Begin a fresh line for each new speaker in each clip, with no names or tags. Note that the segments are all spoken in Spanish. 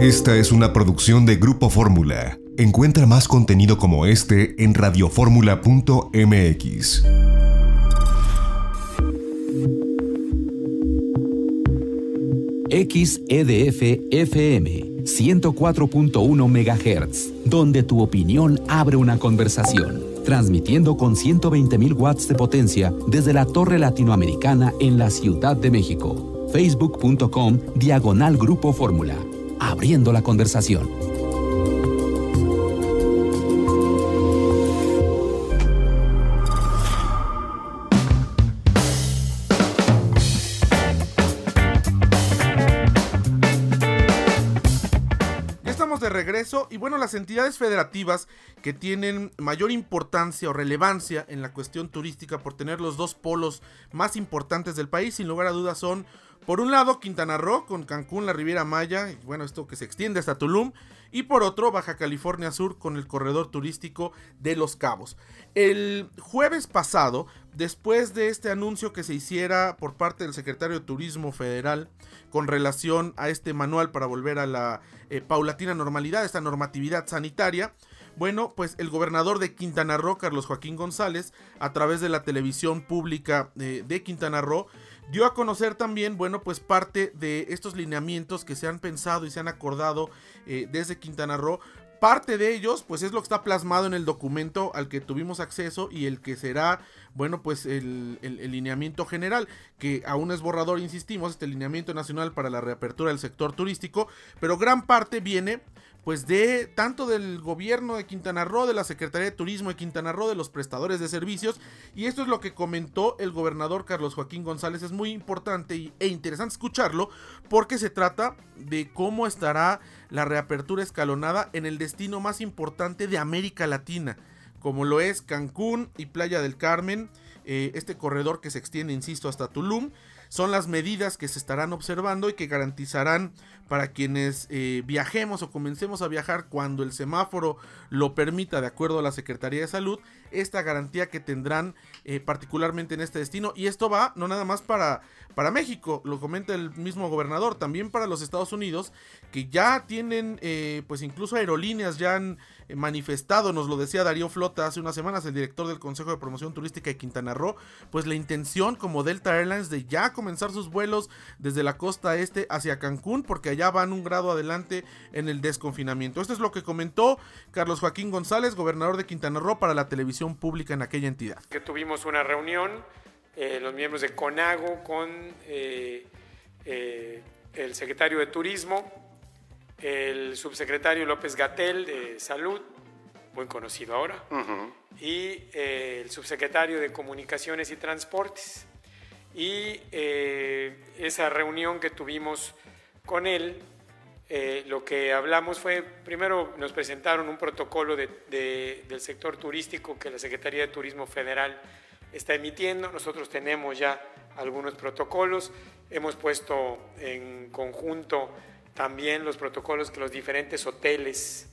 Esta es una producción de Grupo Fórmula. Encuentra más contenido como este en radioformula.mx.
XEDF FM 104.1 MHz, donde tu opinión abre una conversación, transmitiendo con 120.000 watts de potencia desde la Torre Latinoamericana en la Ciudad de México. Facebook.com/Grupo Fórmula, abriendo la conversación.
De regreso, y bueno, las entidades federativas que tienen mayor importancia o relevancia en la cuestión turística por tener los dos polos más importantes del país, sin lugar a dudas son, por un lado, Quintana Roo con Cancún, la Riviera Maya, y bueno, esto que se extiende hasta Tulum, y por otro, Baja California Sur con el corredor turístico de Los Cabos. El jueves pasado, después de este anuncio que se hiciera por parte del secretario de Turismo Federal con relación a este manual para volver a la paulatina normalidad, esta normatividad sanitaria, bueno, pues el gobernador de Quintana Roo, Carlos Joaquín González, a través de la televisión pública de Quintana Roo, dio a conocer también, bueno, pues parte de estos lineamientos que se han pensado y se han acordado desde Quintana Roo. Parte de ellos, pues es lo que está plasmado en el documento al que tuvimos acceso y el que será, bueno, pues el lineamiento general, que aún es borrador, insistimos, este lineamiento nacional para la reapertura del sector turístico, pero gran parte viene pues de tanto del gobierno de Quintana Roo, de la Secretaría de Turismo de Quintana Roo, de los prestadores de servicios, y esto es lo que comentó el gobernador Carlos Joaquín González. Es muy importante e interesante escucharlo porque se trata de cómo estará la reapertura escalonada en el destino más importante de América Latina, como lo es Cancún y Playa del Carmen, este corredor que se extiende, insisto, hasta Tulum. Son las medidas que se estarán observando y que garantizarán para quienes viajemos o comencemos a viajar cuando el semáforo lo permita, de acuerdo a la Secretaría de Salud, esta garantía que tendrán particularmente en este destino. Y esto va no nada más para México, lo comenta el mismo gobernador, también para los Estados Unidos, que ya tienen, pues incluso aerolíneas ya han manifestado, nos lo decía Darío Flota hace unas semanas, el director del Consejo de Promoción Turística de Quintana Roo, pues la intención como Delta Airlines de ya comenzar sus vuelos desde la costa este hacia Cancún, porque allá van un grado adelante en el desconfinamiento. Esto es lo que comentó Carlos Joaquín González, gobernador de Quintana Roo, para la televisión pública en aquella entidad.
Que tuvimos una reunión, los miembros de CONAGO con el secretario de Turismo, el subsecretario López-Gatell de Salud, muy conocido ahora, y el subsecretario de Comunicaciones y Transportes. Y esa reunión que tuvimos con él, lo que hablamos fue, primero nos presentaron un protocolo del sector turístico que la Secretaría de Turismo Federal está emitiendo. Nosotros tenemos ya algunos protocolos, hemos puesto en conjunto también los protocolos que los diferentes hoteles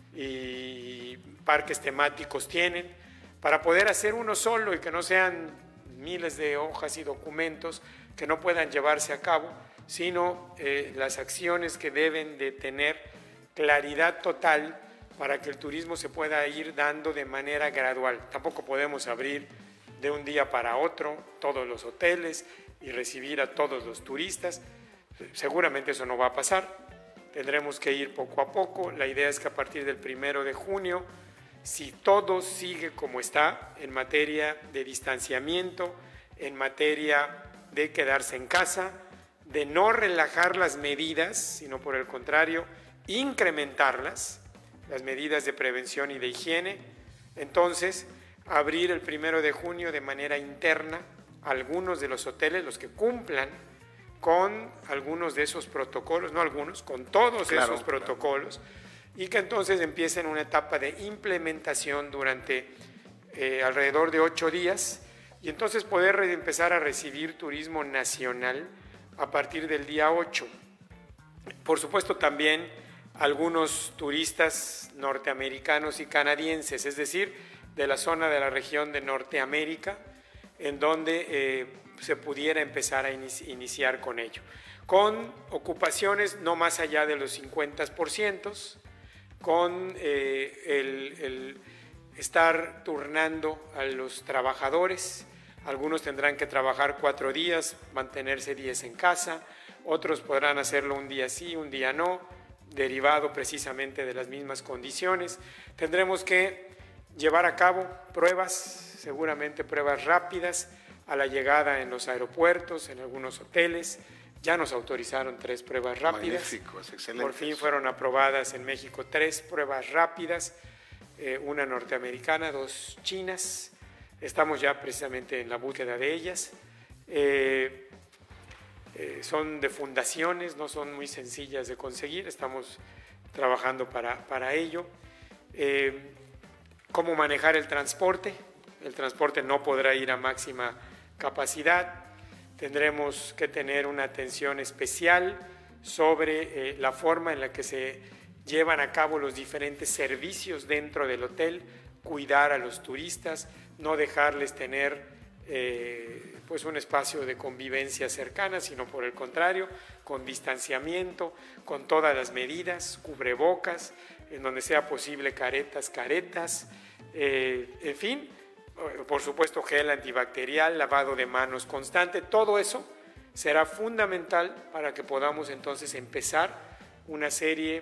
y parques temáticos tienen para poder hacer uno solo y que no sean miles de hojas y documentos que no puedan llevarse a cabo, sino las acciones que deben de tener claridad total para que el turismo se pueda ir dando de manera gradual. Tampoco podemos abrir de un día para otro todos los hoteles y recibir a todos los turistas. Seguramente eso no va a pasar, tendremos que ir poco a poco. La idea es que a partir del 1 de junio, si todo sigue como está en materia de distanciamiento, en materia de quedarse en casa, de no relajar las medidas, sino por el contrario, incrementarlas, las medidas de prevención y de higiene, entonces abrir el 1 de junio de manera interna algunos de los hoteles, los que cumplan con algunos de esos protocolos, no algunos, con todos esos protocolos, y que entonces empiecen una etapa de implementación durante alrededor de 8 días, y entonces poder empezar a recibir turismo nacional a partir del día 8. Por supuesto también algunos turistas norteamericanos y canadienses, es decir, de la zona de la región de Norteamérica, en donde se pudiera empezar a iniciar con ello. con ocupaciones no más allá de los 50%, con el estar turnando a los trabajadores. Algunos tendrán que trabajar 4 días, mantenerse 10 en casa, otros podrán hacerlo un día sí, un día no, derivado precisamente de las mismas condiciones. Tendremos que llevar a cabo pruebas, seguramente pruebas rápidas, a la llegada en los aeropuertos, en algunos hoteles. Ya nos autorizaron 3 pruebas rápidas.
Magnífico, es excelente.
Por fin fueron aprobadas en México 3 pruebas rápidas, una norteamericana, 2 chinas. Estamos ya precisamente en la búsqueda de ellas. Son de fundaciones, no son muy sencillas de conseguir, estamos trabajando para ello. ¿Cómo manejar el transporte? El transporte no podrá ir a máxima capacidad. Tendremos que tener una atención especial sobre la forma en la que se llevan a cabo los diferentes servicios dentro del hotel, cuidar a los turistas, no dejarles tener pues un espacio de convivencia cercana, sino por el contrario, con distanciamiento, con todas las medidas, cubrebocas, en donde sea posible caretas, en fin, por supuesto gel antibacterial, lavado de manos constante, todo eso será fundamental para que podamos entonces empezar una serie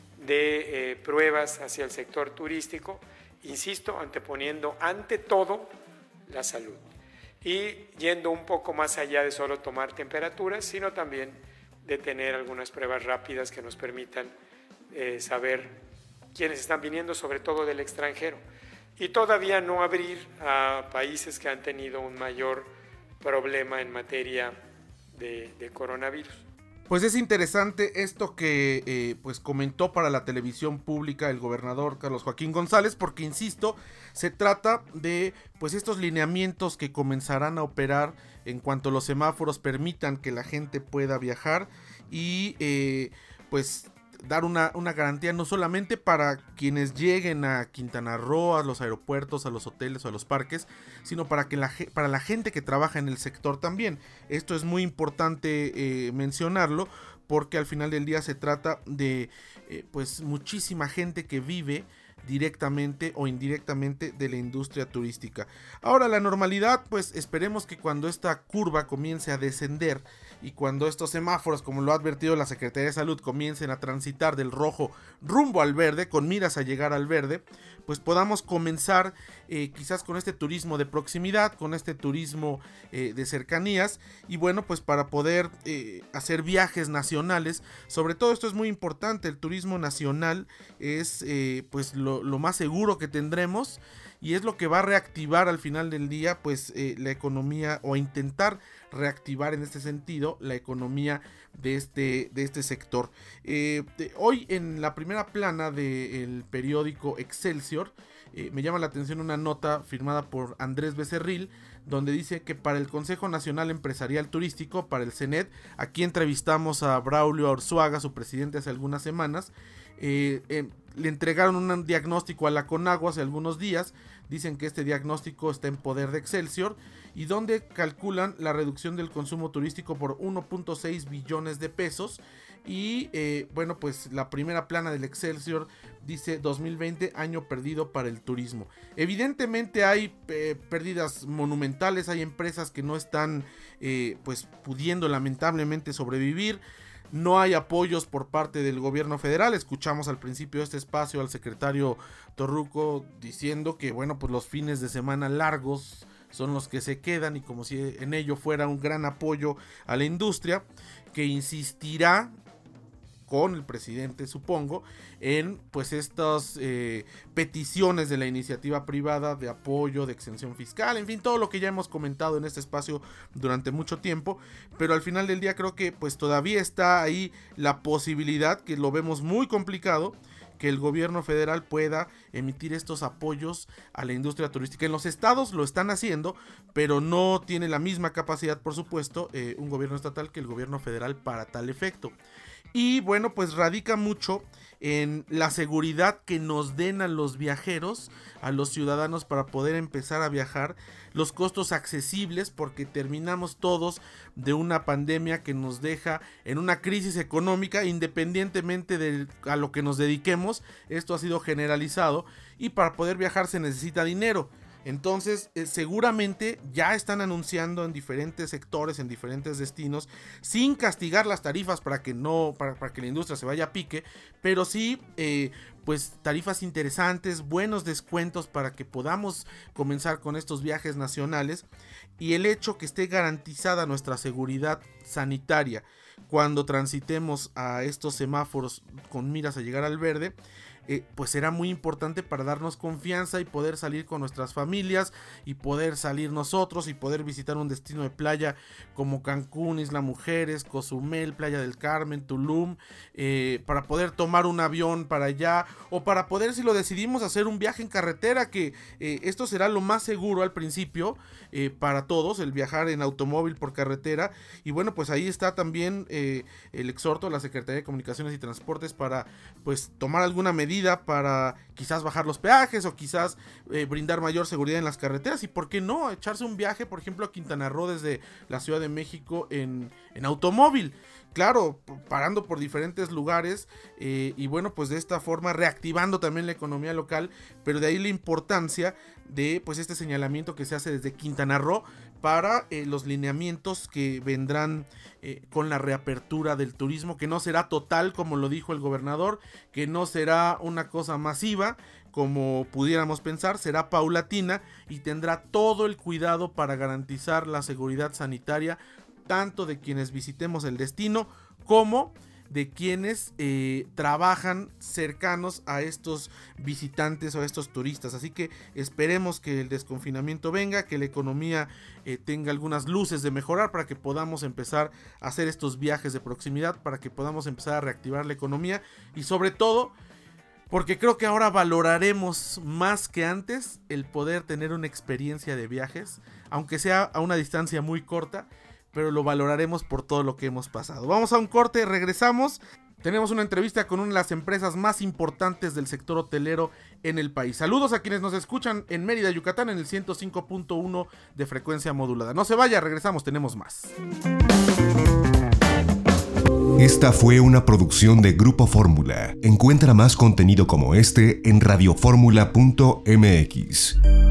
de pruebas hacia el sector turístico, insisto, anteponiendo ante todo la salud y yendo un poco más allá de solo tomar temperaturas, sino también de tener algunas pruebas rápidas que nos permitan saber quiénes están viniendo, sobre todo del extranjero, y todavía no abrir a países que han tenido un mayor problema en materia de coronavirus.
Pues es interesante esto que pues comentó para la televisión pública el gobernador Carlos Joaquín González, porque insisto, se trata de pues estos lineamientos que comenzarán a operar en cuanto los semáforos permitan que la gente pueda viajar y pues dar una garantía no solamente para quienes lleguen a Quintana Roo, a los aeropuertos, a los hoteles o a los parques, sino para la gente que trabaja en el sector también. Esto es muy importante mencionarlo, porque al final del día se trata de pues muchísima gente que vive directamente o indirectamente de la industria turística. Ahora, la normalidad, pues esperemos que cuando esta curva comience a descender y cuando estos semáforos, como lo ha advertido la Secretaría de Salud, comiencen a transitar del rojo rumbo al verde, con miras a llegar al verde, pues podamos comenzar quizás con este turismo de proximidad, con este turismo de cercanías, y bueno, pues para poder hacer viajes nacionales. Sobre todo esto es muy importante, el turismo nacional es pues lo más seguro que tendremos, y es lo que va a reactivar al final del día pues la economía, o intentar reactivar en este sentido la economía de este sector. Hoy en la primera plana del periódico Excelsior me llama la atención una nota firmada por Andrés Becerril, donde dice que para el Consejo Nacional Empresarial Turístico, para el CENET, aquí entrevistamos a Braulio Arzuaga, su presidente, hace algunas semanas. Le entregaron un diagnóstico a la Conagua hace algunos días. Dicen que este diagnóstico está en poder de Excelsior, y donde calculan la reducción del consumo turístico por 1.6 billones de pesos. Y bueno, pues la primera plana del Excelsior dice 2020, año perdido para el turismo. Evidentemente hay pérdidas monumentales, hay empresas que no están pues pudiendo lamentablemente sobrevivir. No hay apoyos por parte del gobierno federal. Escuchamos al principio de este espacio al secretario Torruco diciendo que bueno, pues los fines de semana largos son los que se quedan, y como si en ello fuera un gran apoyo a la industria, que insistirá con el presidente, supongo, en pues estas peticiones de la iniciativa privada de apoyo, de exención fiscal, en fin, todo lo que ya hemos comentado en este espacio durante mucho tiempo. Pero al final del día creo que pues todavía está ahí la posibilidad, que lo vemos muy complicado, que el gobierno federal pueda emitir estos apoyos a la industria turística. En los estados lo están haciendo, pero no tiene la misma capacidad, por supuesto, un gobierno estatal que el gobierno federal para tal efecto. Y bueno, pues radica mucho en la seguridad que nos den a los viajeros, a los ciudadanos, para poder empezar a viajar, los costos accesibles, porque terminamos todos de una pandemia que nos deja en una crisis económica, independientemente de a lo que nos dediquemos. Esto ha sido generalizado y para poder viajar se necesita dinero. Entonces, seguramente ya están anunciando en diferentes sectores, en diferentes destinos, sin castigar las tarifas para que la industria se vaya a pique, pero sí, pues tarifas interesantes, buenos descuentos para que podamos comenzar con estos viajes nacionales, y el hecho que esté garantizada nuestra seguridad sanitaria cuando transitemos a estos semáforos con miras a llegar al verde, pues será muy importante para darnos confianza y poder salir con nuestras familias y poder salir nosotros y poder visitar un destino de playa como Cancún, Isla Mujeres, Cozumel, Playa del Carmen, Tulum, para poder tomar un avión para allá, o para poder, si lo decidimos, hacer un viaje en carretera, que esto será lo más seguro al principio para todos, el viajar en automóvil por carretera. Y bueno, pues ahí está también el exhorto de la Secretaría de Comunicaciones y Transportes para pues tomar alguna medida para quizás bajar los peajes o quizás brindar mayor seguridad en las carreteras, y por qué no echarse un viaje, por ejemplo, a Quintana Roo desde la Ciudad de México en automóvil, claro, parando por diferentes lugares, y bueno, pues de esta forma reactivando también la economía local. Pero de ahí la importancia de pues este señalamiento que se hace desde Quintana Roo para los lineamientos que vendrán con la reapertura del turismo, que no será total como lo dijo el gobernador, que no será una cosa masiva como pudiéramos pensar, será paulatina y tendrá todo el cuidado para garantizar la seguridad sanitaria tanto de quienes visitemos el destino como de quienes trabajan cercanos a estos visitantes o a estos turistas. Así que esperemos que el desconfinamiento venga, que la economía tenga algunas luces de mejorar para que podamos empezar a hacer estos viajes de proximidad, para que podamos empezar a reactivar la economía, y sobre todo porque creo que ahora valoraremos más que antes el poder tener una experiencia de viajes, aunque sea a una distancia muy corta, pero lo valoraremos por todo lo que hemos pasado. Vamos a un corte, regresamos. Tenemos una entrevista con una de las empresas más importantes del sector hotelero en el país. Saludos a quienes nos escuchan en Mérida, Yucatán, en el 105.1 de frecuencia modulada. No se vaya, regresamos, tenemos más.
Esta fue una producción de Grupo Fórmula. Encuentra más contenido como este en radioformula.mx.